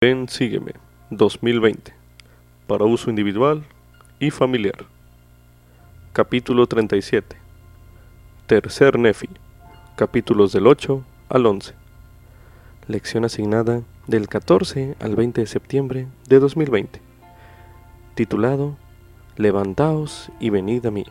Ven, sígueme 2020 para uso individual y familiar. Capítulo 37. Tercer Nefi. Capítulos del 8 al 11. Lección asignada del 14 al 20 de septiembre de 2020. Titulado Levantaos y venid a mí.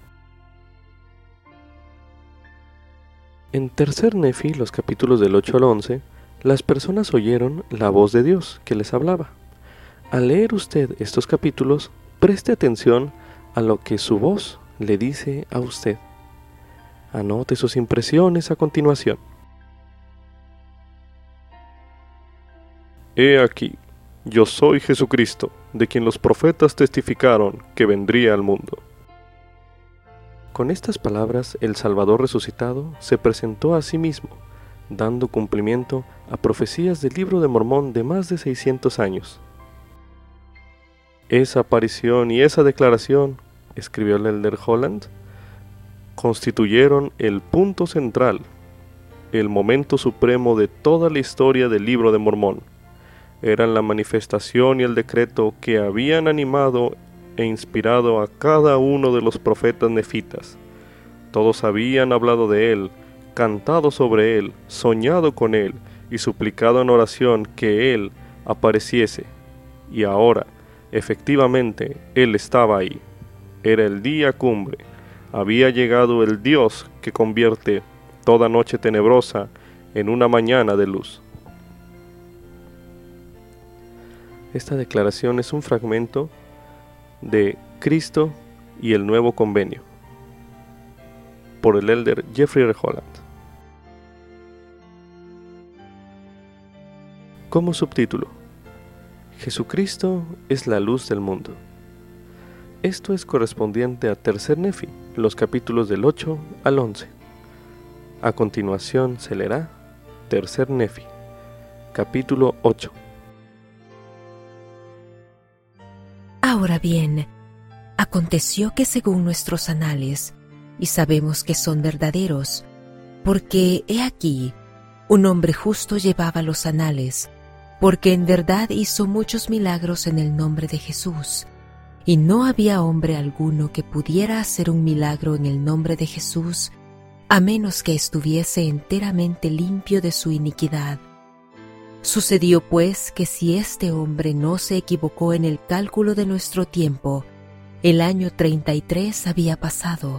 En Tercer Nefi, los capítulos del 8 al 11, las personas oyeron la voz de Dios que les hablaba. Al leer usted estos capítulos, preste atención a lo que su voz le dice a usted. Anote sus impresiones a continuación. He aquí, yo soy Jesucristo, de quien los profetas testificaron que vendría al mundo. Con estas palabras, el Salvador resucitado se presentó a sí mismo, dando cumplimiento a profecías del Libro de Mormón de más de 600 años. Esa aparición y esa declaración, escribió el Elder Holland, constituyeron el punto central, el momento supremo de toda la historia del Libro de Mormón. Eran la manifestación y el decreto que habían animado e inspirado a cada uno de los profetas nefitas. Todos habían hablado de él, cantado sobre él, soñado con él y suplicado en oración que él apareciese. Y ahora, efectivamente, él estaba ahí. Era el día cumbre. Había llegado el Dios que convierte toda noche tenebrosa en una mañana de luz. Esta declaración es un fragmento de Cristo y el Nuevo Convenio, por el Elder Jeffrey R. Holland. Como subtítulo: Jesucristo es la luz del mundo. Esto es correspondiente a Tercer Nefi, los capítulos del 8 al 11. A continuación se leerá Tercer Nefi, capítulo 8. Ahora bien, aconteció que según nuestros anales, y sabemos que son verdaderos, porque he aquí, un hombre justo llevaba los anales, porque en verdad hizo muchos milagros en el nombre de Jesús, y no había hombre alguno que pudiera hacer un milagro en el nombre de Jesús, a menos que estuviese enteramente limpio de su iniquidad. Sucedió pues que si este hombre no se equivocó en el cálculo de nuestro tiempo, el año 33 había pasado,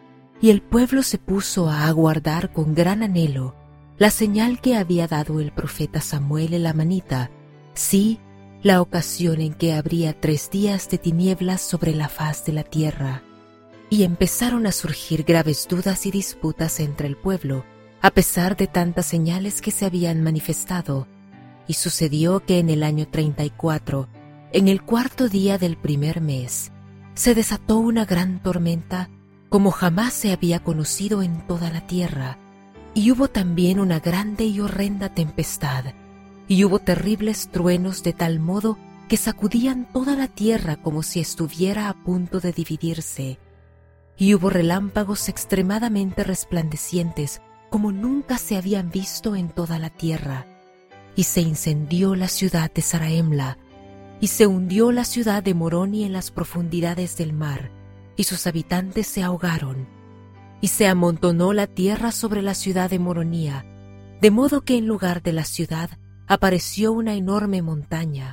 y el pueblo se puso a aguardar con gran anhelo la señal que había dado el profeta Samuel el amanita, sí, la ocasión en que habría 3 días de tinieblas sobre la faz de la tierra. Y empezaron a surgir graves dudas y disputas entre el pueblo, a pesar de tantas señales que se habían manifestado. Y sucedió que en el año 34, en el 4º día del primer mes, se desató una gran tormenta como jamás se había conocido en toda la tierra, y hubo también una grande y horrenda tempestad, y hubo terribles truenos de tal modo que sacudían toda la tierra como si estuviera a punto de dividirse, y hubo relámpagos extremadamente resplandecientes como nunca se habían visto en toda la tierra, y se incendió la ciudad de Zaraemla, y se hundió la ciudad de Moroni en las profundidades del mar, y sus habitantes se ahogaron, y se amontonó la tierra sobre la ciudad de Moronía, de modo que en lugar de la ciudad apareció una enorme montaña,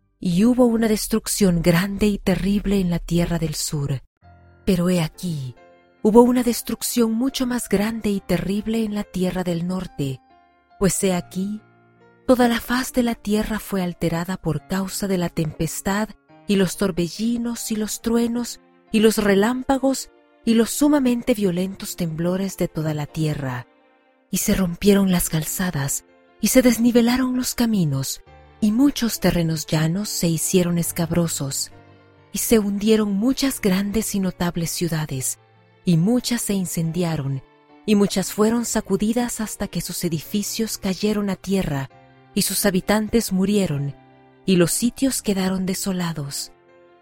y hubo una destrucción grande y terrible en la tierra del sur. Pero he aquí, hubo una destrucción mucho más grande y terrible en la tierra del norte, pues he aquí, toda la faz de la tierra fue alterada por causa de la tempestad y los torbellinos y los truenos y los relámpagos y los sumamente violentos temblores de toda la tierra. Y se rompieron las calzadas y se desnivelaron los caminos y muchos terrenos llanos se hicieron escabrosos y se hundieron muchas grandes y notables ciudades y muchas se incendiaron y muchas fueron sacudidas hasta que sus edificios cayeron a tierra y sus habitantes murieron, y los sitios quedaron desolados.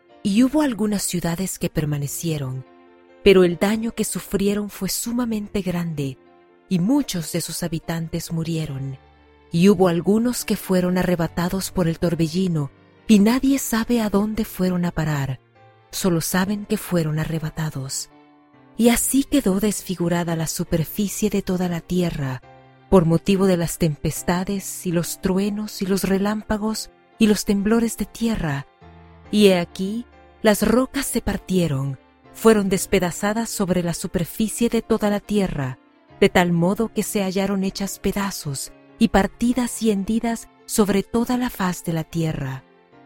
Y hubo algunas ciudades que permanecieron, pero el daño que sufrieron fue sumamente grande, y muchos de sus habitantes murieron. y hubo algunos que fueron arrebatados por el torbellino, y nadie sabe a dónde fueron a parar, solo saben que fueron arrebatados. Y así quedó desfigurada la superficie de toda la tierra, por motivo de las tempestades y los truenos y los relámpagos y los temblores de tierra. Y he aquí, las rocas se partieron, fueron despedazadas sobre la superficie de toda la tierra, de tal modo que se hallaron hechas pedazos y partidas y hendidas sobre toda la faz de la tierra.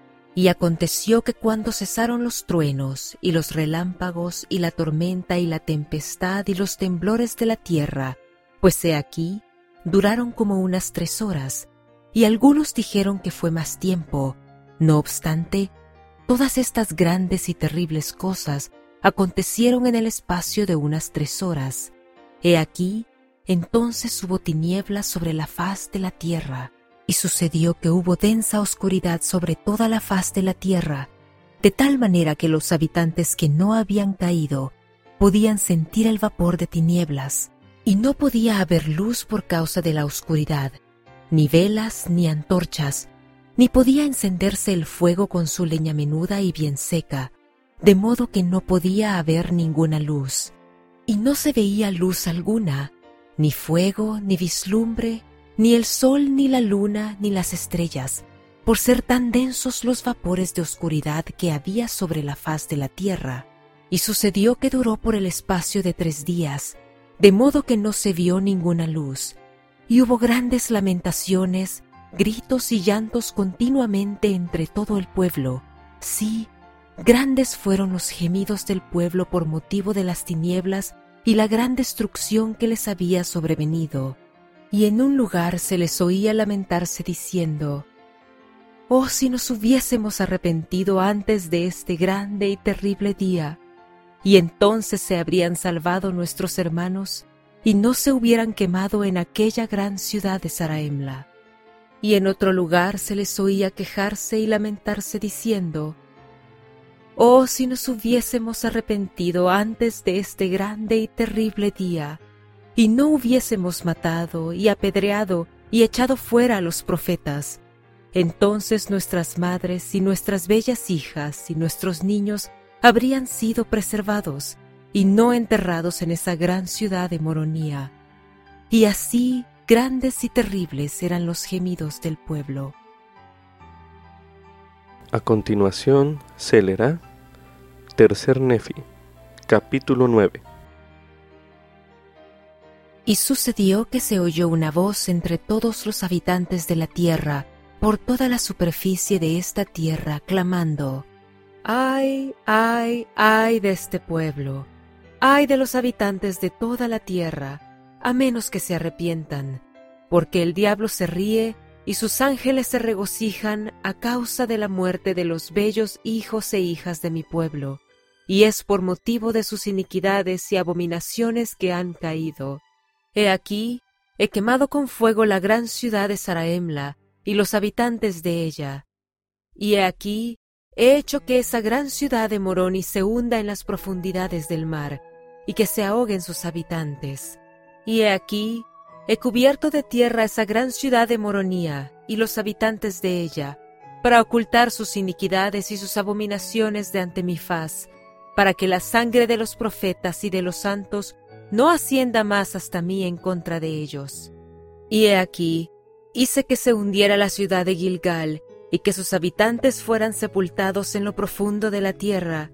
Y aconteció que cuando cesaron los truenos y los relámpagos y la tormenta y la tempestad y los temblores de la tierra, pues he aquí, duraron como unas 3 horas, y algunos dijeron que fue más tiempo. No obstante, todas estas grandes y terribles cosas acontecieron en el espacio de unas 3 horas. He aquí, entonces hubo tinieblas sobre la faz de la tierra, y sucedió que hubo densa oscuridad sobre toda la faz de la tierra, de tal manera que los habitantes que no habían caído podían sentir el vapor de tinieblas, y no podía haber luz por causa de la oscuridad, ni velas ni antorchas, ni podía encenderse el fuego con su leña menuda y bien seca, de modo que no podía haber ninguna luz. Y no se veía luz alguna, ni fuego, ni vislumbre, ni el sol, ni la luna, ni las estrellas, por ser tan densos los vapores de oscuridad que había sobre la faz de la tierra. Y sucedió que duró por el espacio de 3 días, de modo que no se vio ninguna luz, y hubo grandes lamentaciones, gritos y llantos continuamente entre todo el pueblo. Sí, grandes fueron los gemidos del pueblo por motivo de las tinieblas y la gran destrucción que les había sobrevenido. Y en un lugar se les oía lamentarse diciendo: «Oh, si nos hubiésemos arrepentido antes de este grande y terrible día, y entonces se habrían salvado nuestros hermanos y no se hubieran quemado en aquella gran ciudad de Zarahemla». Y en otro lugar se les oía quejarse y lamentarse diciendo: «Oh, si nos hubiésemos arrepentido antes de este grande y terrible día, y no hubiésemos matado y apedreado y echado fuera a los profetas, entonces nuestras madres y nuestras bellas hijas y nuestros niños habrían sido preservados y no enterrados en esa gran ciudad de Moronía». Y así grandes y terribles eran los gemidos del pueblo. A continuación se leerá Tercer Nefi, capítulo 9. Y sucedió que se oyó una voz entre todos los habitantes de la tierra, por toda la superficie de esta tierra, clamando: «¡Ay, ay, ay de este pueblo! ¡Ay de los habitantes de toda la tierra! A menos que se arrepientan, porque el diablo se ríe y sus ángeles se regocijan a causa de la muerte de los bellos hijos e hijas de mi pueblo, y es por motivo de sus iniquidades y abominaciones que han caído. He aquí, he quemado con fuego la gran ciudad de Zarahemla y los habitantes de ella. Y he aquí, he hecho que esa gran ciudad de Moroni se hunda en las profundidades del mar, y que se ahoguen sus habitantes. Y he aquí, he cubierto de tierra esa gran ciudad de Moronía y los habitantes de ella, para ocultar sus iniquidades y sus abominaciones de ante mi faz, para que la sangre de los profetas y de los santos no ascienda más hasta mí en contra de ellos. Y he aquí, hice que se hundiera la ciudad de Gilgal, y que sus habitantes fueran sepultados en lo profundo de la tierra.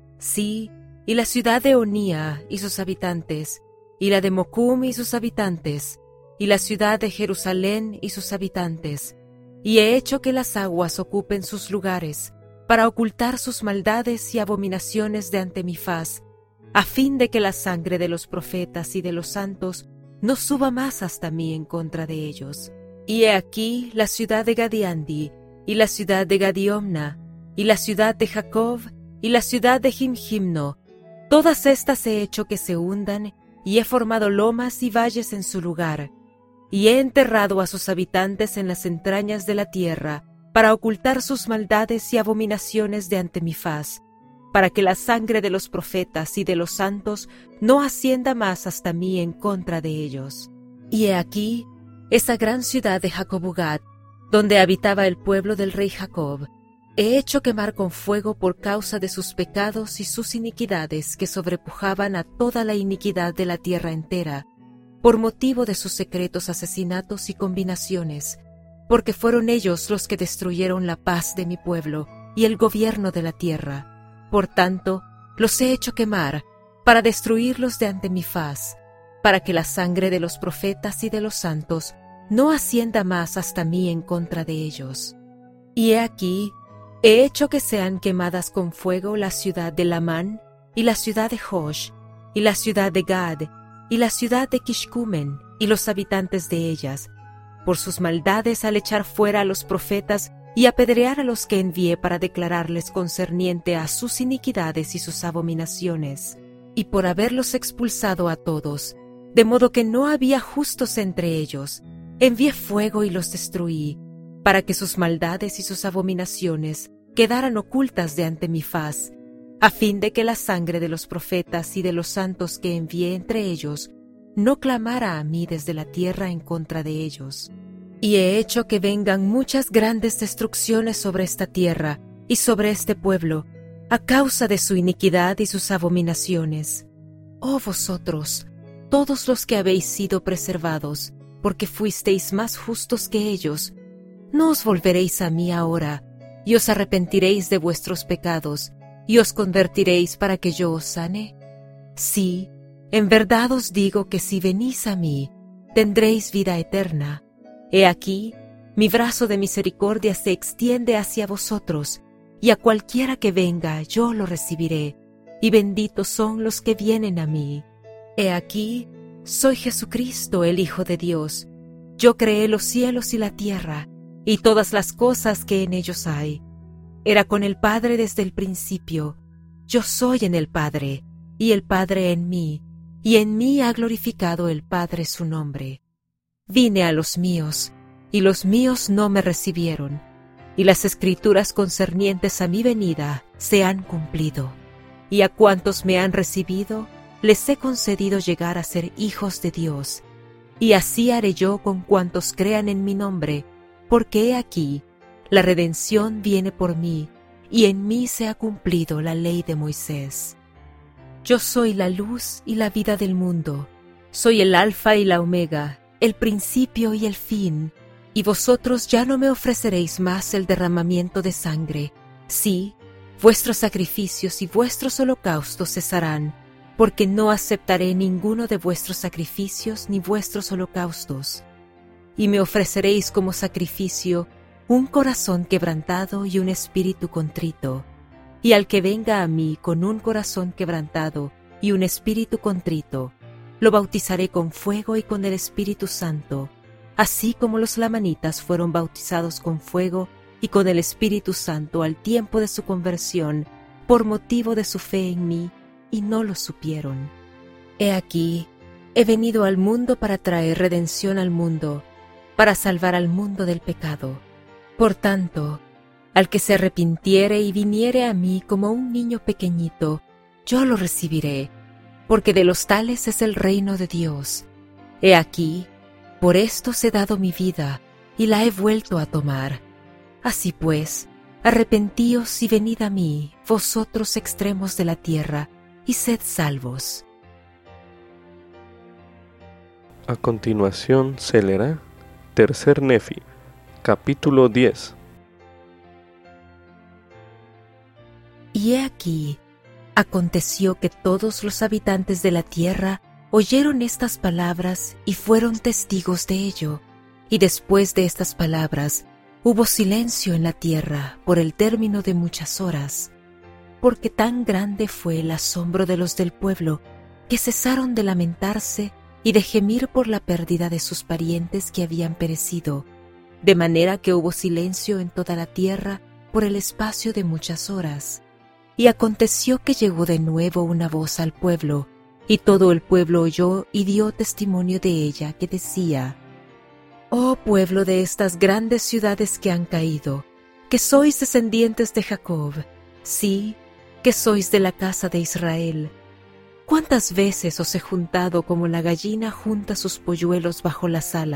Sí, y la ciudad de Onía y sus habitantes, y la de Mocum y sus habitantes, y la ciudad de Jerusalén y sus habitantes, y he hecho que las aguas ocupen sus lugares, para ocultar sus maldades y abominaciones de ante mi faz, a fin de que la sangre de los profetas y de los santos no suba más hasta mí en contra de ellos. Y he aquí la ciudad de Gadiandi, y la ciudad de Gadiomna, y la ciudad de Jacob, y la ciudad de Jimjimno, todas estas he hecho que se hundan, y he formado lomas y valles en su lugar, y he enterrado a sus habitantes en las entrañas de la tierra, para ocultar sus maldades y abominaciones de ante mi faz, para que la sangre de los profetas y de los santos no ascienda más hasta mí en contra de ellos. Y he aquí, esa gran ciudad de Jacobugat, donde habitaba el pueblo del rey Jacob, he hecho quemar con fuego por causa de sus pecados y sus iniquidades que sobrepujaban a toda la iniquidad de la tierra entera, por motivo de sus secretos asesinatos y combinaciones, porque fueron ellos los que destruyeron la paz de mi pueblo y el gobierno de la tierra. Por tanto, los he hecho quemar, para destruirlos de ante mi faz, para que la sangre de los profetas y de los santos no ascienda más hasta mí en contra de ellos. Y he aquí, he hecho que sean quemadas con fuego la ciudad de Lamán, y la ciudad de Josh, y la ciudad de Gad, y la ciudad de Kishkumen, y los habitantes de ellas, por sus maldades al echar fuera a los profetas y apedrear a los que envié para declararles concerniente a sus iniquidades y sus abominaciones, y por haberlos expulsado a todos, de modo que no había justos entre ellos, envié fuego y los destruí, para que sus maldades y sus abominaciones quedaran ocultas de ante mi faz, a fin de que la sangre de los profetas y de los santos que envié entre ellos no clamara a mí desde la tierra en contra de ellos. Y he hecho que vengan muchas grandes destrucciones sobre esta tierra y sobre este pueblo, a causa de su iniquidad y sus abominaciones. Oh vosotros, todos los que habéis sido preservados, porque fuisteis más justos que ellos, ¿no os volveréis a mí ahora, y os arrepentiréis de vuestros pecados, y os convertiréis para que yo os sane? Sí, en verdad os digo que si venís a mí, tendréis vida eterna. He aquí, mi brazo de misericordia se extiende hacia vosotros, y a cualquiera que venga yo lo recibiré, y benditos son los que vienen a mí. He aquí, soy Jesucristo, el Hijo de Dios. Yo creé los cielos y la tierra, y todas las cosas que en ellos hay. Era con el Padre desde el principio. Yo soy en el Padre, y el Padre en mí, y en mí ha glorificado el Padre su nombre. Vine a los míos, y los míos no me recibieron, y las escrituras concernientes a mi venida se han cumplido. Y a cuantos me han recibido, les he concedido llegar a ser hijos de Dios, y así haré yo con cuantos crean en mi nombre, porque he aquí, la redención viene por mí, y en mí se ha cumplido la ley de Moisés. Yo soy la luz y la vida del mundo, soy el Alfa y la Omega, el principio y el fin, y vosotros ya no me ofreceréis más el derramamiento de sangre. Sí, vuestros sacrificios y vuestros holocaustos cesarán, porque no aceptaré ninguno de vuestros sacrificios ni vuestros holocaustos. Y me ofreceréis como sacrificio un corazón quebrantado y un espíritu contrito. Y al que venga a mí con un corazón quebrantado y un espíritu contrito, lo bautizaré con fuego y con el Espíritu Santo, así como los lamanitas fueron bautizados con fuego y con el Espíritu Santo al tiempo de su conversión, por motivo de su fe en mí, y no lo supieron. He aquí, he venido al mundo para traer redención al mundo, para salvar al mundo del pecado. Por tanto, al que se arrepintiere y viniere a mí como un niño pequeñito, yo lo recibiré, porque de los tales es el reino de Dios. He aquí, por esto os he dado mi vida, y la he vuelto a tomar. Así pues, arrepentíos y venid a mí, vosotros extremos de la tierra, y sed salvos. A continuación se leerá Tercer Nefi, capítulo 10. Y he aquí, aconteció que todos los habitantes de la tierra oyeron estas palabras y fueron testigos de ello, y después de estas palabras hubo silencio en la tierra por el término de muchas horas, porque tan grande fue el asombro de los del pueblo que cesaron de lamentarse y de gemir por la pérdida de sus parientes que habían perecido, de manera que hubo silencio en toda la tierra por el espacio de muchas horas. Y aconteció que llegó de nuevo una voz al pueblo, y todo el pueblo oyó y dio testimonio de ella, que decía: Oh pueblo de estas grandes ciudades que han caído, que sois descendientes de Jacob, sí, que sois de la casa de Israel. ¿Cuántas veces os he juntado como la gallina junta sus polluelos bajo las alas,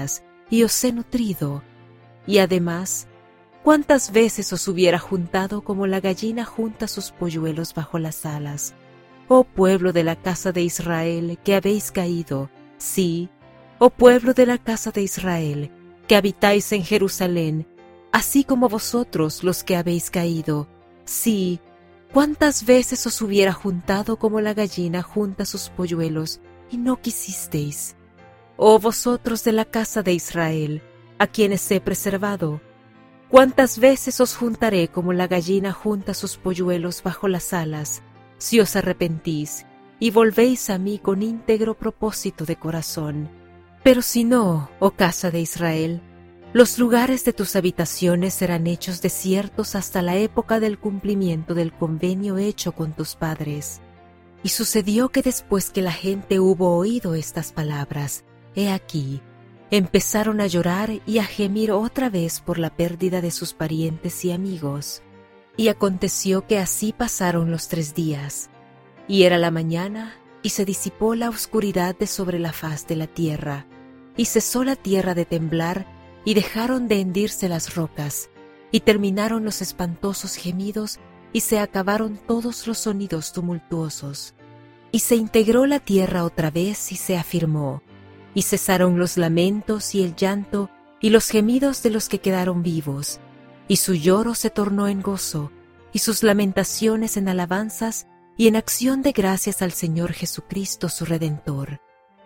y os he nutrido. Y además, ¿cuántas veces os hubiera juntado como la gallina junta sus polluelos bajo las alas? Oh pueblo de la casa de Israel, que habéis caído, sí, oh pueblo de la casa de Israel, que habitáis en Jerusalén, así como vosotros los que habéis caído, sí, ¿cuántas veces os hubiera juntado como la gallina junta sus polluelos, y no quisisteis? Oh vosotros de la casa de Israel, a quienes he preservado, ¿cuántas veces os juntaré como la gallina junta sus polluelos bajo las alas, si os arrepentís y volvéis a mí con íntegro propósito de corazón? Pero si no, oh casa de Israel, los lugares de tus habitaciones serán hechos desiertos hasta la época del cumplimiento del convenio hecho con tus padres. Y sucedió que después que la gente hubo oído estas palabras, he aquí, empezaron a llorar y a gemir otra vez por la pérdida de sus parientes y amigos. Y aconteció que así pasaron los 3 días. Y era la mañana, y se disipó la oscuridad de sobre la faz de la tierra, y cesó la tierra de temblar, y dejaron de hendirse las rocas, y terminaron los espantosos gemidos, y se acabaron todos los sonidos tumultuosos. Y se integró la tierra otra vez y se afirmó, y cesaron los lamentos y el llanto y los gemidos de los que quedaron vivos, y su lloro se tornó en gozo, y sus lamentaciones en alabanzas y en acción de gracias al Señor Jesucristo su Redentor.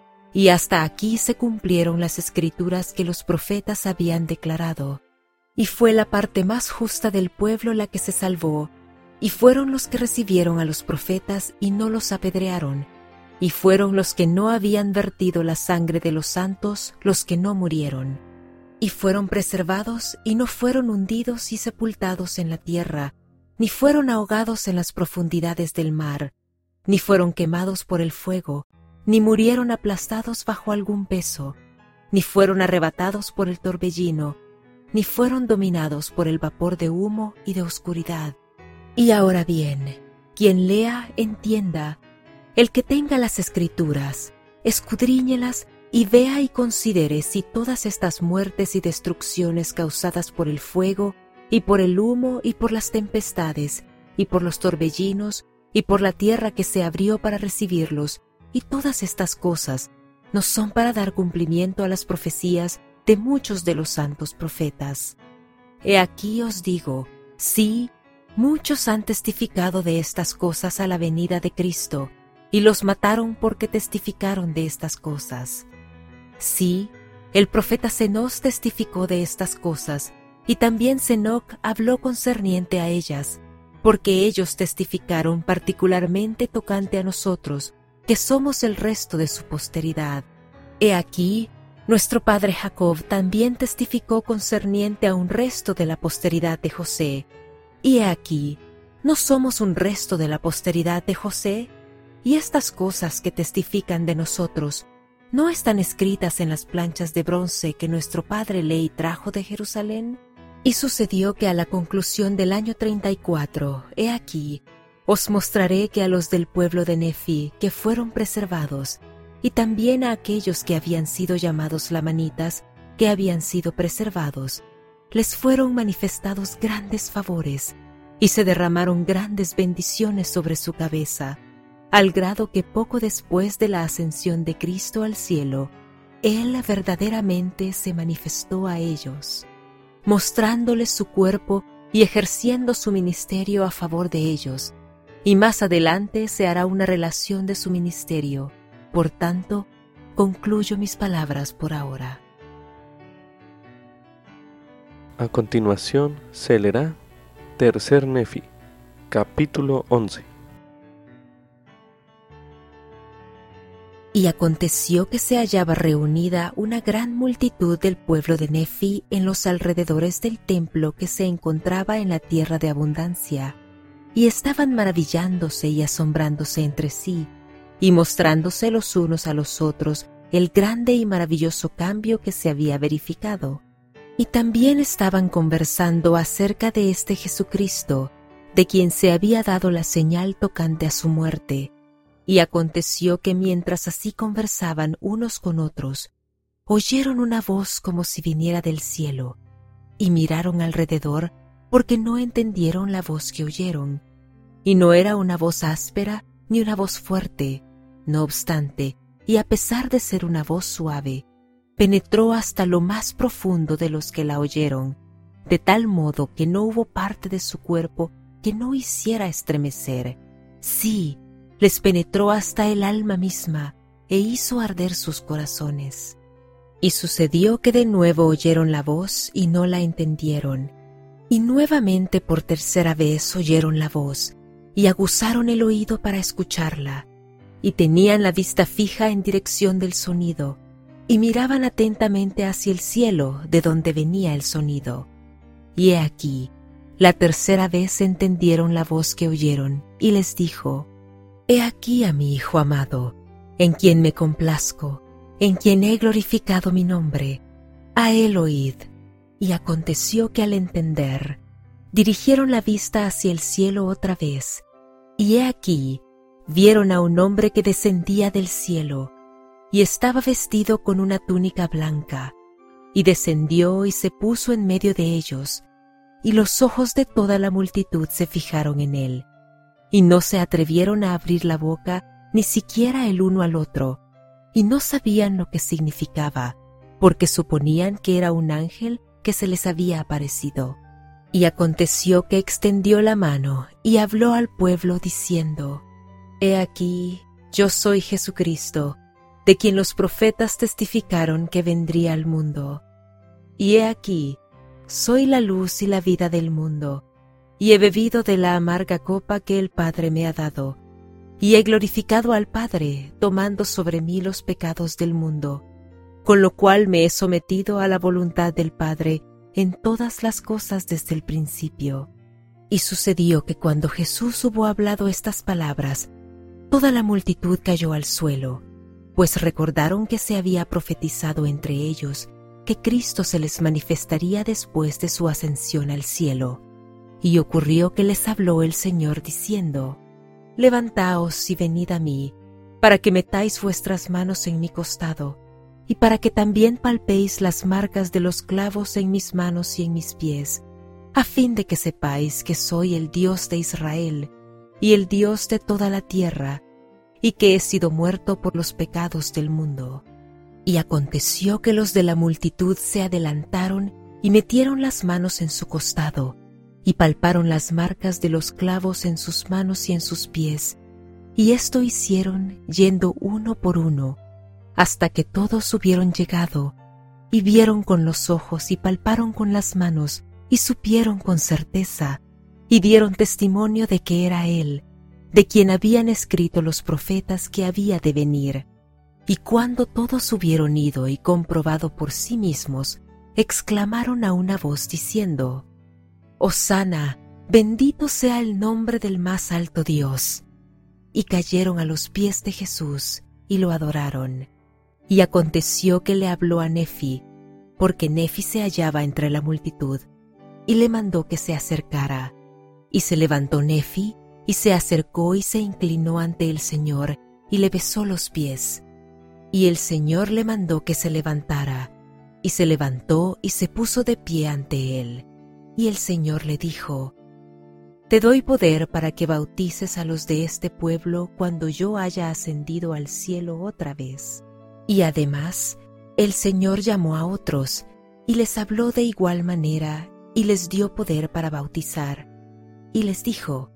Y hasta aquí se cumplieron las escrituras que los profetas habían declarado. Y fue la parte más justa del pueblo la que se salvó, y fueron los que recibieron a los profetas y no los apedrearon, y fueron los que no habían vertido la sangre de los santos los que no murieron. Y fueron preservados y no fueron hundidos y sepultados en la tierra, ni fueron ahogados en las profundidades del mar, ni fueron quemados por el fuego, ni murieron aplastados bajo algún peso, ni fueron arrebatados por el torbellino, ni fueron dominados por el vapor de humo y de oscuridad. Y ahora bien, quien lea, entienda, el que tenga las escrituras, escudriñelas y vea y considere si todas estas muertes y destrucciones causadas por el fuego, y por el humo, y por las tempestades, y por los torbellinos, y por la tierra que se abrió para recibirlos, y todas estas cosas, no son para dar cumplimiento a las profecías de muchos de los santos profetas. He aquí os digo, sí, muchos han testificado de estas cosas a la venida de Cristo, y los mataron porque testificaron de estas cosas. Sí, el profeta Cenós testificó de estas cosas, y también Senoc habló concerniente a ellas, porque ellos testificaron particularmente tocante a nosotros, que somos el resto de su posteridad. He aquí, nuestro padre Jacob también testificó concerniente a un resto de la posteridad de José. Y he aquí, ¿no somos un resto de la posteridad de José? Y estas cosas que testifican de nosotros, ¿no están escritas en las planchas de bronce que nuestro padre Ley trajo de Jerusalén? Y sucedió que a la conclusión del año 34, he aquí, os mostraré que a los del pueblo de Nefi que fueron preservados, y también a aquellos que habían sido llamados lamanitas, que habían sido preservados, les fueron manifestados grandes favores, y se derramaron grandes bendiciones sobre su cabeza, al grado que poco después de la ascensión de Cristo al cielo, Él verdaderamente se manifestó a ellos, mostrándoles su cuerpo y ejerciendo su ministerio a favor de ellos, y más adelante se hará una relación de su ministerio. Por tanto, concluyo mis palabras por ahora. A continuación se leerá Tercer Nefi, capítulo 11. Y aconteció que se hallaba reunida una gran multitud del pueblo de Nefi en los alrededores del templo que se encontraba en la tierra de abundancia, y estaban maravillándose y asombrándose entre sí, y mostrándose los unos a los otros el grande y maravilloso cambio que se había verificado. Y también estaban conversando acerca de este Jesucristo, de quien se había dado la señal tocante a su muerte. Y aconteció que mientras así conversaban unos con otros, oyeron una voz como si viniera del cielo, y miraron alrededor porque no entendieron la voz que oyeron. Y no era una voz áspera ni una voz fuerte. No obstante, y a pesar de ser una voz suave, penetró hasta lo más profundo de los que la oyeron, de tal modo que no hubo parte de su cuerpo que no hiciera estremecer. Sí, les penetró hasta el alma misma e hizo arder sus corazones. Y sucedió que de nuevo oyeron la voz y no la entendieron. Y nuevamente por tercera vez oyeron la voz y aguzaron el oído para escucharla. Y tenían la vista fija en dirección del sonido y miraban atentamente hacia el cielo de donde venía el sonido. Y he aquí, la tercera vez entendieron la voz que oyeron y les dijo: He aquí a mi Hijo amado, en quien me complazco, en quien he glorificado mi nombre. A él oíd. Y aconteció que al entender, dirigieron la vista hacia el cielo otra vez, y he aquí, vieron a un hombre que descendía del cielo, y estaba vestido con una túnica blanca, y descendió y se puso en medio de ellos, y los ojos de toda la multitud se fijaron en él, y no se atrevieron a abrir la boca ni siquiera el uno al otro, y no sabían lo que significaba, porque suponían que era un ángel que se les había aparecido. Y aconteció que extendió la mano y habló al pueblo diciendo: He aquí, yo soy Jesucristo, de quien los profetas testificaron que vendría al mundo. Y he aquí, soy la luz y la vida del mundo, y he bebido de la amarga copa que el Padre me ha dado, y he glorificado al Padre, tomando sobre mí los pecados del mundo, con lo cual me he sometido a la voluntad del Padre en todas las cosas desde el principio. Y sucedió que cuando Jesús hubo hablado estas palabras, toda la multitud cayó al suelo, pues recordaron que se había profetizado entre ellos que Cristo se les manifestaría después de su ascensión al cielo. Y ocurrió que les habló el Señor diciendo: Levantaos y venid a mí, para que metáis vuestras manos en mi costado, y para que también palpéis las marcas de los clavos en mis manos y en mis pies, a fin de que sepáis que soy el Dios de Israel, y el Dios de toda la tierra, y que he sido muerto por los pecados del mundo. Y aconteció que los de la multitud se adelantaron y metieron las manos en su costado, y palparon las marcas de los clavos en sus manos y en sus pies, y esto hicieron yendo uno por uno, hasta que todos hubieron llegado, y vieron con los ojos y palparon con las manos, y supieron con certeza, y dieron testimonio de que era Él, de quien habían escrito los profetas que había de venir. Y cuando todos hubieron ido y comprobado por sí mismos, exclamaron a una voz diciendo: Hosana, bendito sea el nombre del más alto Dios. Y cayeron a los pies de Jesús y lo adoraron. Y aconteció que le habló a Nefi, porque Nefi se hallaba entre la multitud, y le mandó que se acercara. Y se levantó Nefi, y se acercó y se inclinó ante el Señor, y le besó los pies. Y el Señor le mandó que se levantara, y se levantó y se puso de pie ante él. Y el Señor le dijo: Te doy poder para que bautices a los de este pueblo cuando yo haya ascendido al cielo otra vez. Y además, el Señor llamó a otros, y les habló de igual manera, y les dio poder para bautizar. Y les dijo: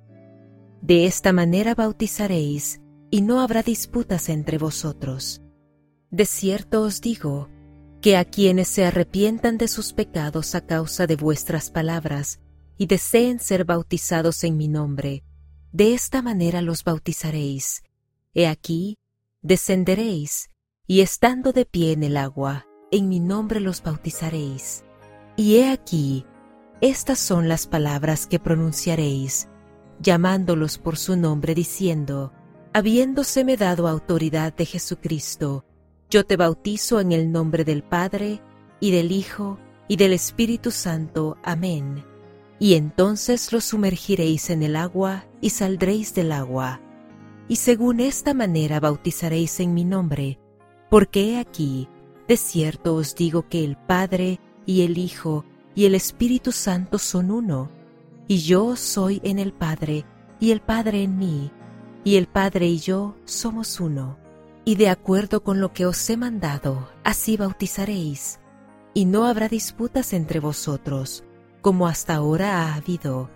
De esta manera bautizaréis, y no habrá disputas entre vosotros. De cierto os digo, que a quienes se arrepientan de sus pecados a causa de vuestras palabras, y deseen ser bautizados en mi nombre, de esta manera los bautizaréis. He aquí, descenderéis, y estando de pie en el agua, en mi nombre los bautizaréis. Y he aquí, estas son las palabras que pronunciaréis, llamándolos por su nombre, diciendo: Habiéndoseme dado autoridad de Jesucristo, yo te bautizo en el nombre del Padre, y del Hijo, y del Espíritu Santo. Amén. Y entonces los sumergiréis en el agua, y saldréis del agua. Y según esta manera bautizaréis en mi nombre, porque he aquí, De cierto os digo que el Padre y el Hijo y el Espíritu Santo son uno, y yo soy en el Padre, y el Padre en mí, y el Padre y yo somos uno. Y de acuerdo con lo que os he mandado, así bautizaréis, y no habrá disputas entre vosotros, como hasta ahora ha habido,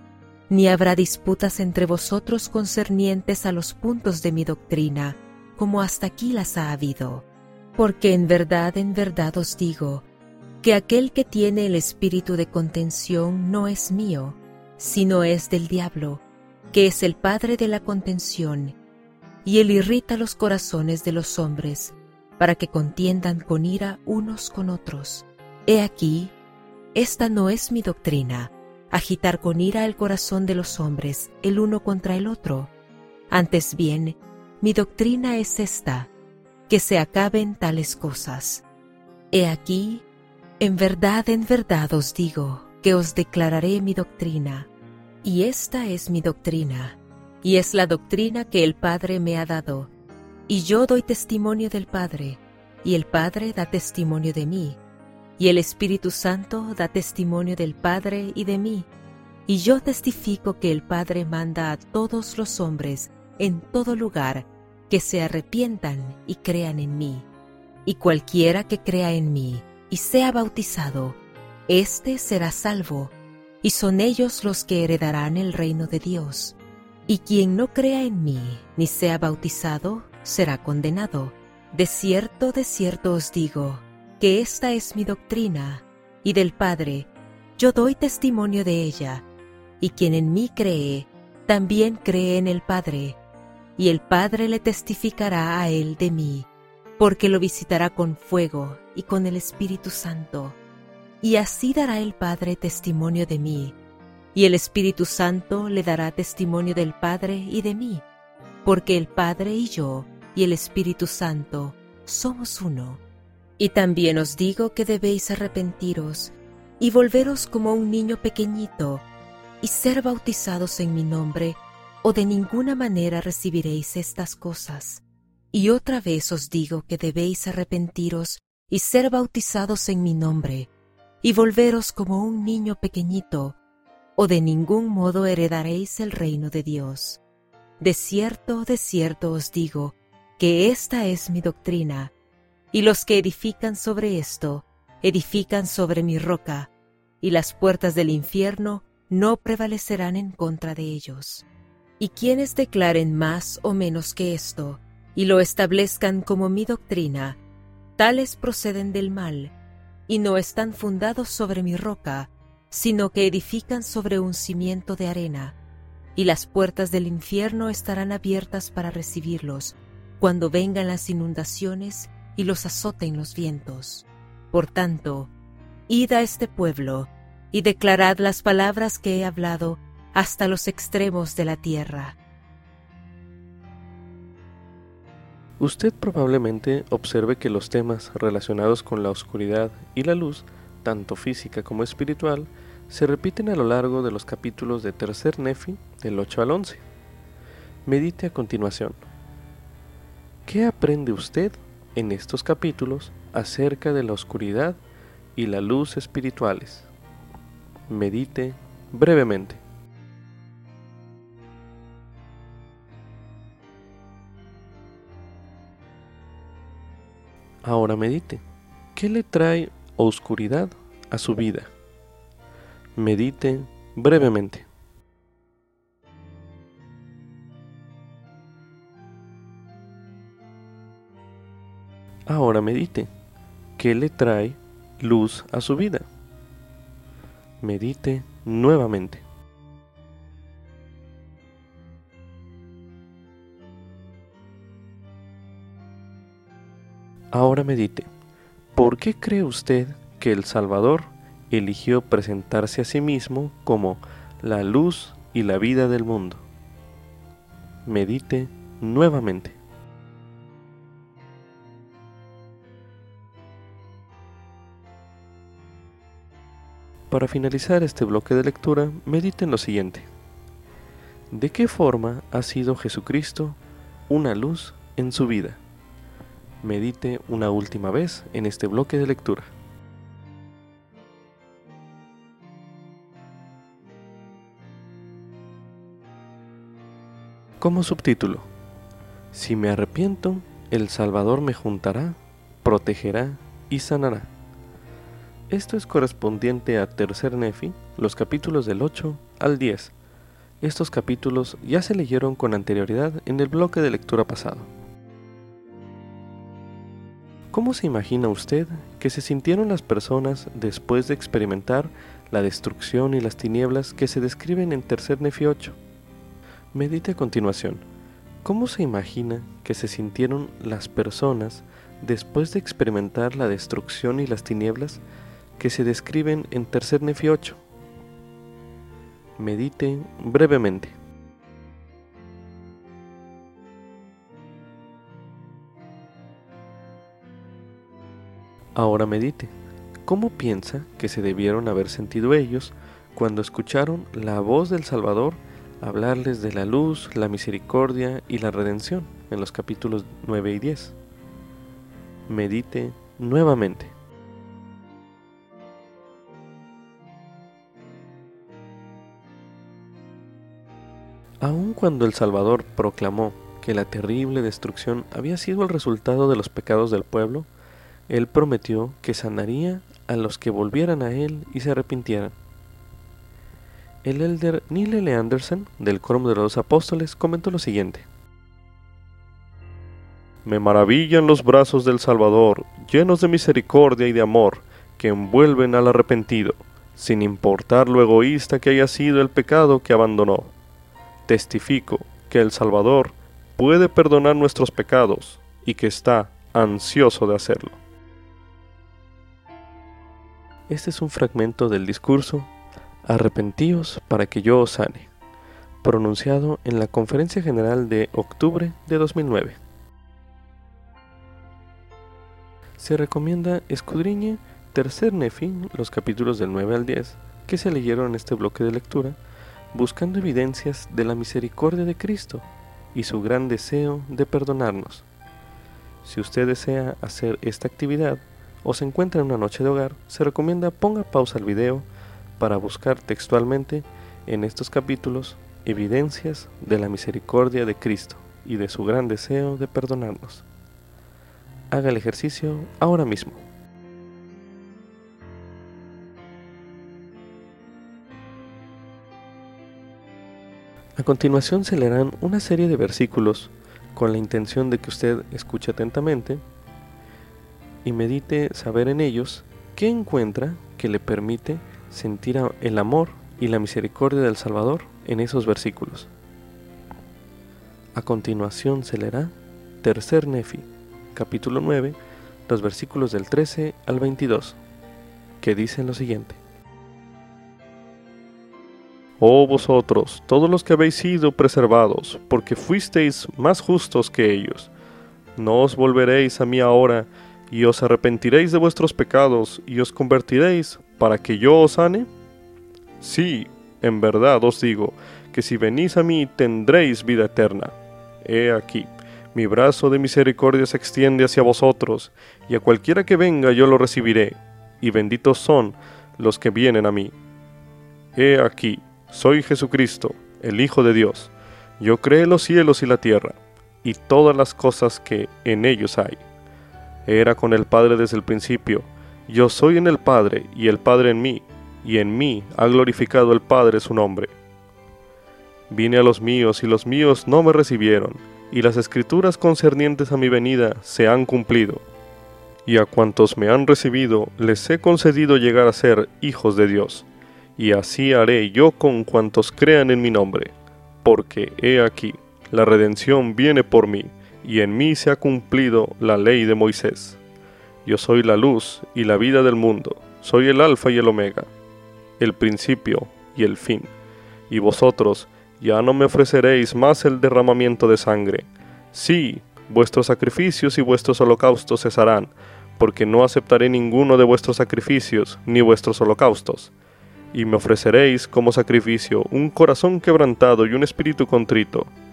ni habrá disputas entre vosotros concernientes a los puntos de mi doctrina, como hasta aquí las ha habido. Porque en verdad os digo, que aquel que tiene el espíritu de contención no es mío, sino es del diablo, que es el padre de la contención, y él irrita los corazones de los hombres, para que contiendan con ira unos con otros. He aquí, esta no es mi doctrina, agitar con ira el corazón de los hombres el uno contra el otro. Antes bien, mi doctrina es esta, que se acaben tales cosas. He aquí, en verdad os digo, que os declararé mi doctrina. Y esta es mi doctrina, y es la doctrina que el Padre me ha dado. Y yo doy testimonio del Padre, y el Padre da testimonio de mí, y el Espíritu Santo da testimonio del Padre y de mí. Y yo testifico que el Padre manda a todos los hombres en todo lugar que se arrepientan y crean en mí. Y cualquiera que crea en mí y sea bautizado, éste será salvo, y son ellos los que heredarán el reino de Dios. Y quien no crea en mí ni sea bautizado, será condenado. De cierto os digo, que esta es mi doctrina, y del Padre yo doy testimonio de ella, y quien en mí cree, también cree en el Padre, y el Padre le testificará a él de mí, porque lo visitará con fuego y con el Espíritu Santo. Y así dará el Padre testimonio de mí, y el Espíritu Santo le dará testimonio del Padre y de mí, porque el Padre y yo y el Espíritu Santo somos uno. Y también os digo que debéis arrepentiros y volveros como un niño pequeñito, y ser bautizados en mi nombre, o de ninguna manera recibiréis estas cosas. Y otra vez os digo que debéis arrepentiros y ser bautizados en mi nombre, y volveros como un niño pequeñito, o de ningún modo heredaréis el reino de Dios. De cierto os digo, que esta es mi doctrina, y los que edifican sobre esto, edifican sobre mi roca, y las puertas del infierno no prevalecerán en contra de ellos. Y quienes declaren más o menos que esto, y lo establezcan como mi doctrina, tales proceden del mal, y no están fundados sobre mi roca, sino que edifican sobre un cimiento de arena, y las puertas del infierno estarán abiertas para recibirlos, cuando vengan las inundaciones y los azoten los vientos. Por tanto, id a este pueblo, y declarad las palabras que he hablado hasta los extremos de la tierra. Usted probablemente observe que los temas relacionados con la oscuridad y la luz, tanto física como espiritual, se repiten a lo largo de los capítulos de Tercer Nefi, del 8 al 11. Medite a continuación. ¿Qué aprende usted en estos capítulos acerca de la oscuridad y la luz espirituales? Medite brevemente. Ahora medite. ¿Qué le trae oscuridad a su vida? Medite brevemente. Ahora medite. ¿Qué le trae luz a su vida? Medite nuevamente. Ahora medite. ¿Por qué cree usted que el Salvador eligió presentarse a sí mismo como la luz y la vida del mundo? Medite nuevamente. Para finalizar este bloque de lectura, medite en lo siguiente. ¿De qué forma ha sido Jesucristo una luz en su vida? medite una última vez en este bloque de lectura. Como subtítulo: si me arrepiento, el Salvador me juntará, protegerá y sanará. Esto es correspondiente a Tercer Nefi, los capítulos del 8 al 10. Estos capítulos ya se leyeron con anterioridad en el bloque de lectura pasado. ¿Cómo se imagina usted que se sintieron las personas después de experimentar la destrucción y las tinieblas que se describen en Tercer Nefi 8? Medite a continuación. ¿Cómo se imagina que se sintieron las personas después de experimentar la destrucción y las tinieblas que se describen en Tercer Nefi 8? Medite brevemente. Ahora medite. ¿Cómo piensa que se debieron haber sentido ellos cuando escucharon la voz del Salvador hablarles de la luz, la misericordia y la redención en los capítulos 9 y 10? Medite nuevamente. Aun cuando el Salvador proclamó que la terrible destrucción había sido el resultado de los pecados del pueblo, Él prometió que sanaría a los que volvieran a Él y se arrepintieran. El elder Neil L. Anderson, del Quórum de los Apóstoles, comentó lo siguiente: me maravillan los brazos del Salvador, llenos de misericordia y de amor, que envuelven al arrepentido, sin importar lo egoísta que haya sido el pecado que abandonó. Testifico que el Salvador puede perdonar nuestros pecados y que está ansioso de hacerlo. Este es un fragmento del discurso Arrepentíos para que yo os sane, pronunciado en la Conferencia General de octubre de 2009. Se recomienda escudriñe Tercer Nefi, los capítulos del 9 al 10, que se leyeron en este bloque de lectura, buscando evidencias de la misericordia de Cristo y su gran deseo de perdonarnos. Si usted desea hacer esta actividad o se encuentra en una noche de hogar, se recomienda ponga pausa al video para buscar textualmente en estos capítulos evidencias de la misericordia de Cristo y de su gran deseo de perdonarnos. Haga el ejercicio ahora mismo. A continuación se leerán una serie de versículos con la intención de que usted escuche atentamente y medite saber en ellos qué encuentra que le permite sentir el amor y la misericordia del Salvador en esos versículos. A continuación se leerá Tercer Nefi, capítulo 9, los versículos del 13 al 22, que dicen lo siguiente: oh vosotros, todos los que habéis sido preservados, porque fuisteis más justos que ellos, ¿no os volveréis a mí ahora, y os arrepentiréis de vuestros pecados, y os convertiréis para que yo os sane? Sí, en verdad os digo, que si venís a mí tendréis vida eterna. He aquí, mi brazo de misericordia se extiende hacia vosotros, y a cualquiera que venga yo lo recibiré, y benditos son los que vienen a mí. He aquí, soy Jesucristo, el Hijo de Dios. Yo creé los cielos y la tierra, y todas las cosas que en ellos hay. Era con el Padre desde el principio. Yo soy en el Padre, y el Padre en mí, y en mí ha glorificado el Padre su nombre. Vine a los míos, y los míos no me recibieron, y las escrituras concernientes a mi venida se han cumplido. Y a cuantos me han recibido, les he concedido llegar a ser hijos de Dios. Y así haré yo con cuantos crean en mi nombre, porque he aquí, la redención viene por mí, y en mí se ha cumplido la ley de Moisés. Yo soy la luz y la vida del mundo, soy el alfa y el omega, el principio y el fin. Y vosotros ya no me ofreceréis más el derramamiento de sangre. Sí, vuestros sacrificios y vuestros holocaustos cesarán, porque no aceptaré ninguno de vuestros sacrificios ni vuestros holocaustos. Y me ofreceréis como sacrificio un corazón quebrantado y un espíritu contrito.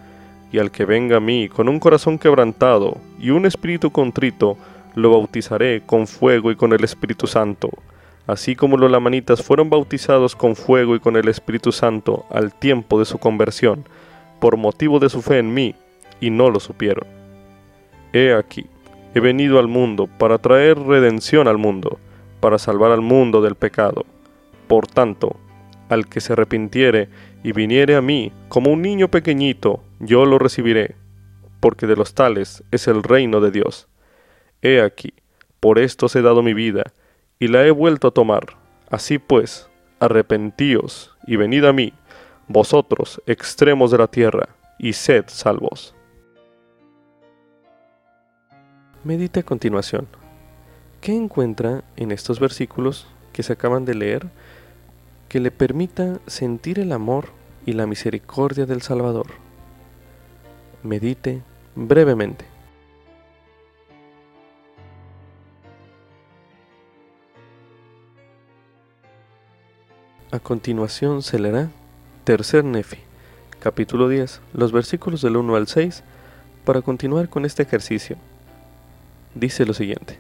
y al que venga a mí con un corazón quebrantado y un espíritu contrito, lo bautizaré con fuego y con el Espíritu Santo, así como los lamanitas fueron bautizados con fuego y con el Espíritu Santo al tiempo de su conversión, por motivo de su fe en mí, y no lo supieron. He aquí, he venido al mundo para traer redención al mundo, para salvar al mundo del pecado. Por tanto, al que se arrepintiere y viniere a mí como un niño pequeñito, yo lo recibiré, porque de los tales es el reino de Dios. He aquí, por esto os he dado mi vida, y la he vuelto a tomar. Así pues, arrepentíos y venid a mí, vosotros extremos de la tierra, y sed salvos. Medite a continuación. ¿Qué encuentra en estos versículos que se acaban de leer que le permita sentir el amor y la misericordia del Salvador? Medite brevemente. A continuación se leerá Tercer Nefi, capítulo 10, los versículos del 1 al 6, para continuar con este ejercicio. Dice lo siguiente.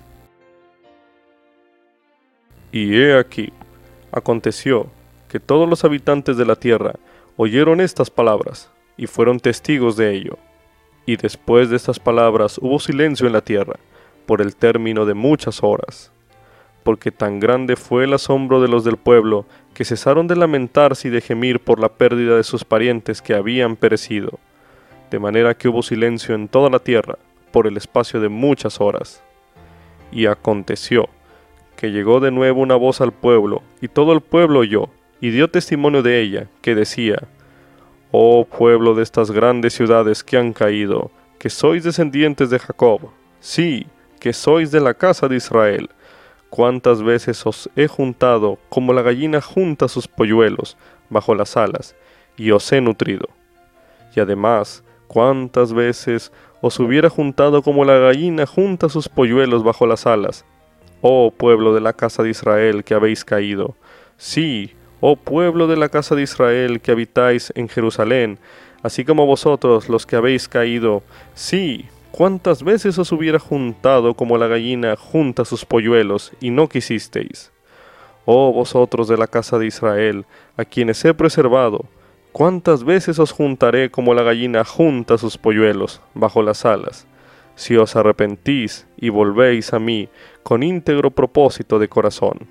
Y he aquí, aconteció que todos los habitantes de la tierra oyeron estas palabras, y fueron testigos de ello. Y después de estas palabras hubo silencio en la tierra, por el término de muchas horas. Porque tan grande fue el asombro de los del pueblo, que cesaron de lamentarse y de gemir por la pérdida de sus parientes que habían perecido. De manera que hubo silencio en toda la tierra, por el espacio de muchas horas. Y aconteció que llegó de nuevo una voz al pueblo, y todo el pueblo oyó, y dio testimonio de ella, que decía: Oh pueblo de estas grandes ciudades que han caído, que sois descendientes de Jacob, sí, que sois de la casa de Israel, cuántas veces os he juntado como la gallina junta sus polluelos bajo las alas, y os he nutrido. Y además, cuántas veces os hubiera juntado como la gallina junta sus polluelos bajo las alas, oh pueblo de la casa de Israel que habéis caído, sí, oh pueblo de la casa de Israel que habitáis en Jerusalén, así como vosotros los que habéis caído, sí, cuántas veces os hubiera juntado como la gallina junta sus polluelos, y no quisisteis. Oh vosotros de la casa de Israel, a quienes he preservado, cuántas veces os juntaré como la gallina junta sus polluelos bajo las alas, si os arrepentís y volvéis a mí con íntegro propósito de corazón.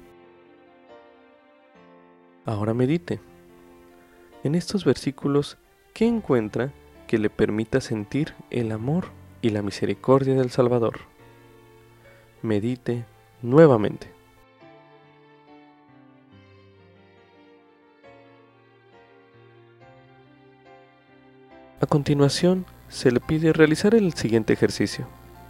Ahora medite. En estos versículos, ¿qué encuentra que le permita sentir el amor y la misericordia del Salvador? Medite nuevamente. A continuación, se le pide realizar el siguiente ejercicio.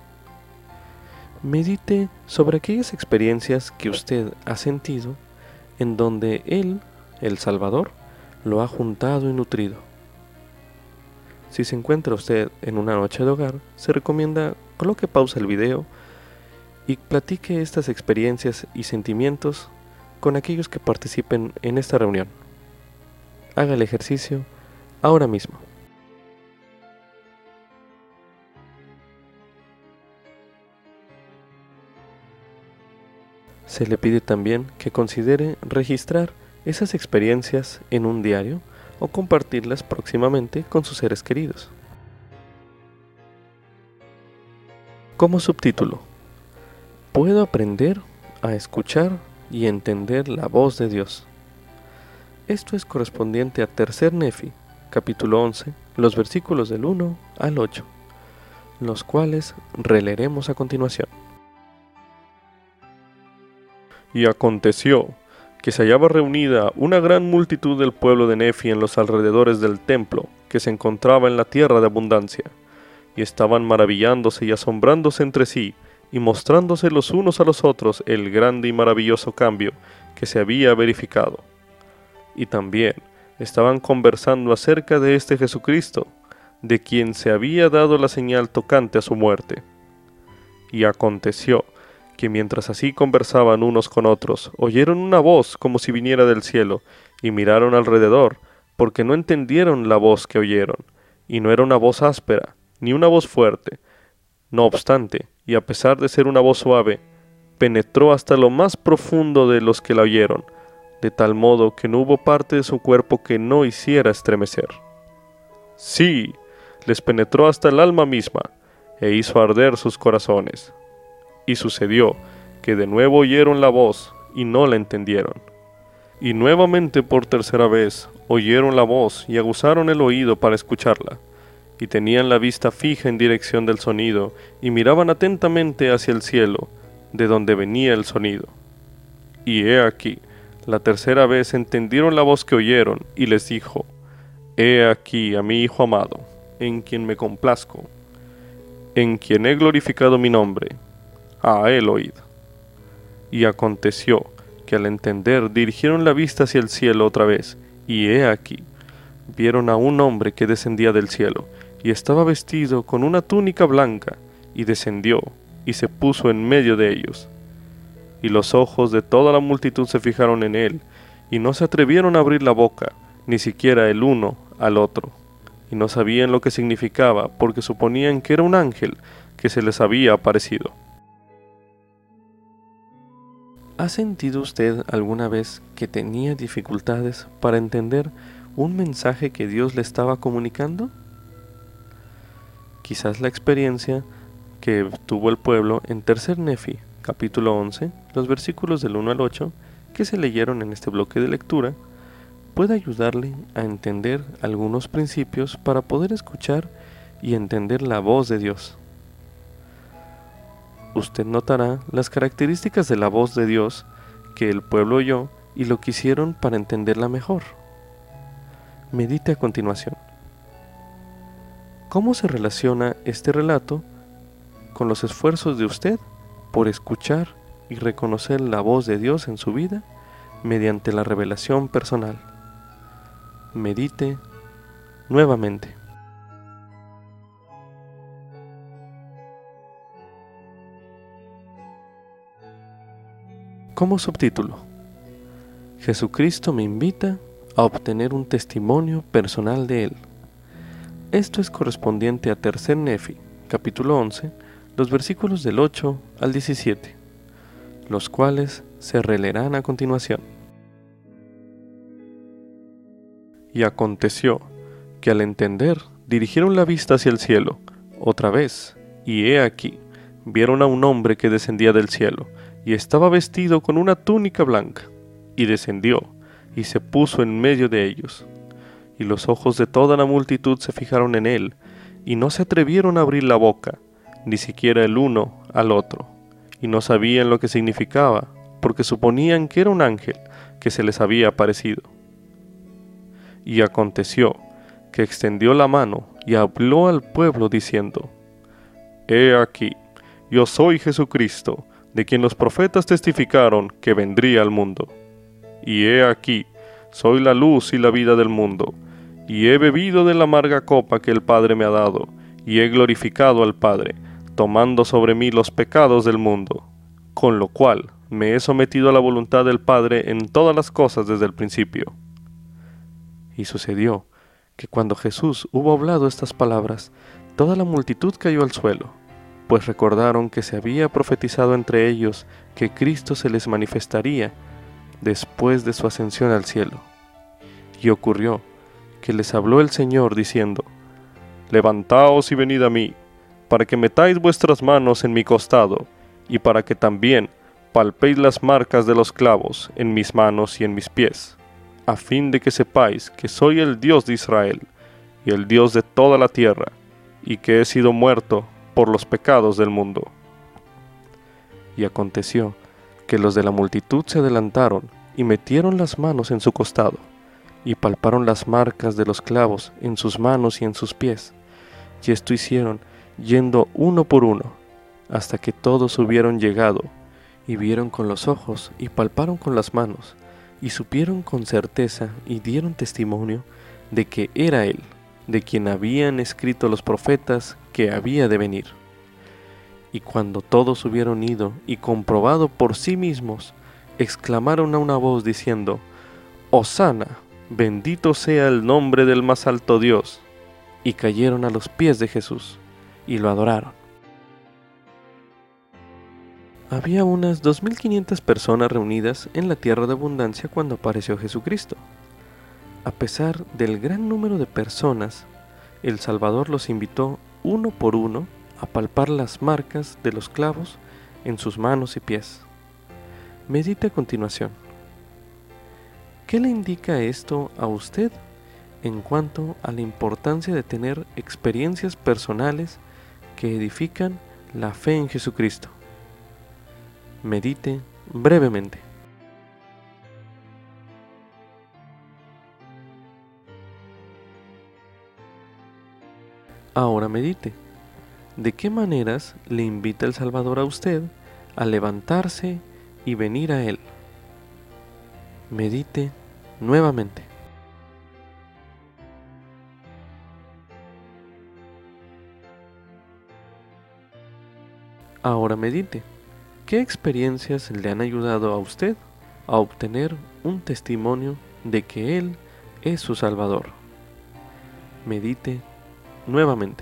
Medite sobre aquellas experiencias que usted ha sentido en donde Él, el Salvador, lo ha juntado y nutrido. Si se encuentra usted en una noche de hogar, se recomienda coloque pausa el video y platique estas experiencias y sentimientos con aquellos que participen en esta reunión. Haga el ejercicio ahora mismo. Se le pide también que considere registrar esas experiencias en un diario o compartirlas próximamente con sus seres queridos. Como subtítulo, puedo aprender a escuchar y entender la voz de Dios. Esto es correspondiente a Tercer Nefi, capítulo 11, los versículos del 1 al 8, los cuales releeremos a continuación. Y aconteció que se hallaba reunida una gran multitud del pueblo de Nefi en los alrededores del templo, que se encontraba en la tierra de abundancia, y estaban maravillándose y asombrándose entre sí, y mostrándose los unos a los otros el grande y maravilloso cambio que se había verificado. Y también estaban conversando acerca de este Jesucristo, de quien se había dado la señal tocante a su muerte. Y aconteció que mientras así conversaban unos con otros, oyeron una voz como si viniera del cielo, y miraron alrededor, porque no entendieron la voz que oyeron. y no era una voz áspera, ni una voz fuerte. No obstante, y a pesar de ser una voz suave, penetró hasta lo más profundo de los que la oyeron, de tal modo que no hubo parte de su cuerpo que no hiciera estremecer. Sí, les penetró hasta el alma misma, e hizo arder sus corazones. Y sucedió que de nuevo oyeron la voz, y no la entendieron. Y nuevamente por tercera vez oyeron la voz y aguzaron el oído para escucharla, y tenían la vista fija en dirección del sonido, y miraban atentamente hacia el cielo, de donde venía el sonido. Y he aquí, la tercera vez entendieron la voz que oyeron, y les dijo: He aquí a mi Hijo amado, en quien me complazco, en quien he glorificado mi nombre, a él oíd. Y aconteció que al entender dirigieron la vista hacia el cielo otra vez, y he aquí, vieron a un hombre que descendía del cielo, y estaba vestido con una túnica blanca, y descendió, y se puso en medio de ellos. Y los ojos de toda la multitud se fijaron en él, y no se atrevieron a abrir la boca, ni siquiera el uno al otro, y no sabían lo que significaba, porque suponían que era un ángel que se les había aparecido. ¿Ha sentido usted alguna vez que tenía dificultades para entender un mensaje que Dios le estaba comunicando? Quizás la experiencia que tuvo el pueblo en Tercer Nefi, capítulo 11, los versículos del 1 al 8, que se leyeron en este bloque de lectura, puede ayudarle a entender algunos principios para poder escuchar y entender la voz de Dios. Usted notará las características de la voz de Dios que el pueblo oyó y lo que hicieron para entenderla mejor. Medite a continuación. ¿Cómo se relaciona este relato con los esfuerzos de usted por escuchar y reconocer la voz de Dios en su vida mediante la revelación personal? Medite nuevamente. Como subtítulo: Jesucristo me invita a obtener un testimonio personal de Él. Esto es correspondiente a Tercer Nefi, capítulo 11, los versículos del 8 al 17, los cuales se releerán a continuación. Y aconteció que al entender dirigieron la vista hacia el cielo otra vez, y he aquí, vieron a un hombre que descendía del cielo, y estaba vestido con una túnica blanca, y descendió, y se puso en medio de ellos. Y los ojos de toda la multitud se fijaron en él, y no se atrevieron a abrir la boca, ni siquiera el uno al otro, y no sabían lo que significaba, porque suponían que era un ángel que se les había aparecido. Y aconteció que extendió la mano y habló al pueblo diciendo: He aquí, yo soy Jesucristo, de quien los profetas testificaron que vendría al mundo. Y he aquí, soy la luz y la vida del mundo, y he bebido de la amarga copa que el Padre me ha dado, y he glorificado al Padre, tomando sobre mí los pecados del mundo, con lo cual me he sometido a la voluntad del Padre en todas las cosas desde el principio. Y sucedió que cuando Jesús hubo hablado estas palabras, toda la multitud cayó al suelo, pues recordaron que se había profetizado entre ellos que Cristo se les manifestaría después de su ascensión al cielo. Y ocurrió que les habló el Señor diciendo: Levantaos y venid a mí, para que metáis vuestras manos en mi costado, y para que también palpéis las marcas de los clavos en mis manos y en mis pies, a fin de que sepáis que soy el Dios de Israel, y el Dios de toda la tierra, y que he sido muerto por los pecados del mundo. Y aconteció que los de la multitud se adelantaron y metieron las manos en su costado, y palparon las marcas de los clavos en sus manos y en sus pies, y esto hicieron yendo uno por uno, hasta que todos hubieron llegado, y vieron con los ojos y palparon con las manos, y supieron con certeza y dieron testimonio de que era Él, de quien habían escrito los profetas que había de venir. Y cuando todos hubieron ido y comprobado por sí mismos, exclamaron a una voz diciendo: Hosana, bendito sea el nombre del más alto Dios, y cayeron a los pies de Jesús y lo adoraron. Había unas 2500 personas reunidas en la tierra de abundancia cuando apareció Jesucristo. A pesar del gran número de personas, el Salvador los invitó uno por uno a palpar las marcas de los clavos en sus manos y pies. Medite a continuación. ¿Qué le indica esto a usted en cuanto a la importancia de tener experiencias personales que edifican la fe en Jesucristo? Medite brevemente. Ahora medite. ¿De qué maneras le invita el Salvador a usted a levantarse y venir a Él? Medite nuevamente. Ahora medite. ¿Qué experiencias le han ayudado a usted a obtener un testimonio de que Él es su Salvador? Medite nuevamente.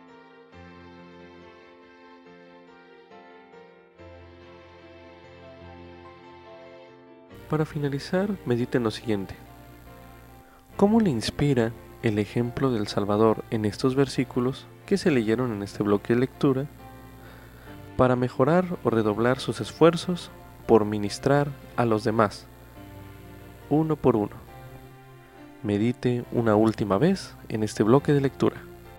Para finalizar, medite en lo siguiente. ¿Cómo le inspira el ejemplo del Salvador en estos versículos que se leyeron en este bloque de lectura para mejorar o redoblar sus esfuerzos por ministrar a los demás, uno por uno? Medite una última vez en este bloque de lectura.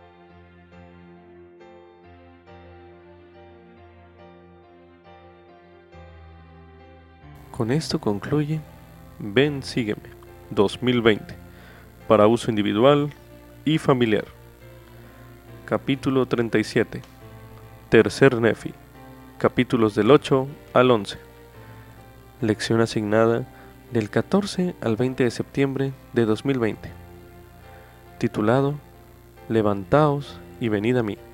Con esto concluye Ven, sígueme 2020 para uso individual y familiar. Capítulo 37. Tercer Nefi. Capítulos del 8 al 11. Lección asignada del 14 al 20 de septiembre de 2020. Titulado Levantaos y venid a mí.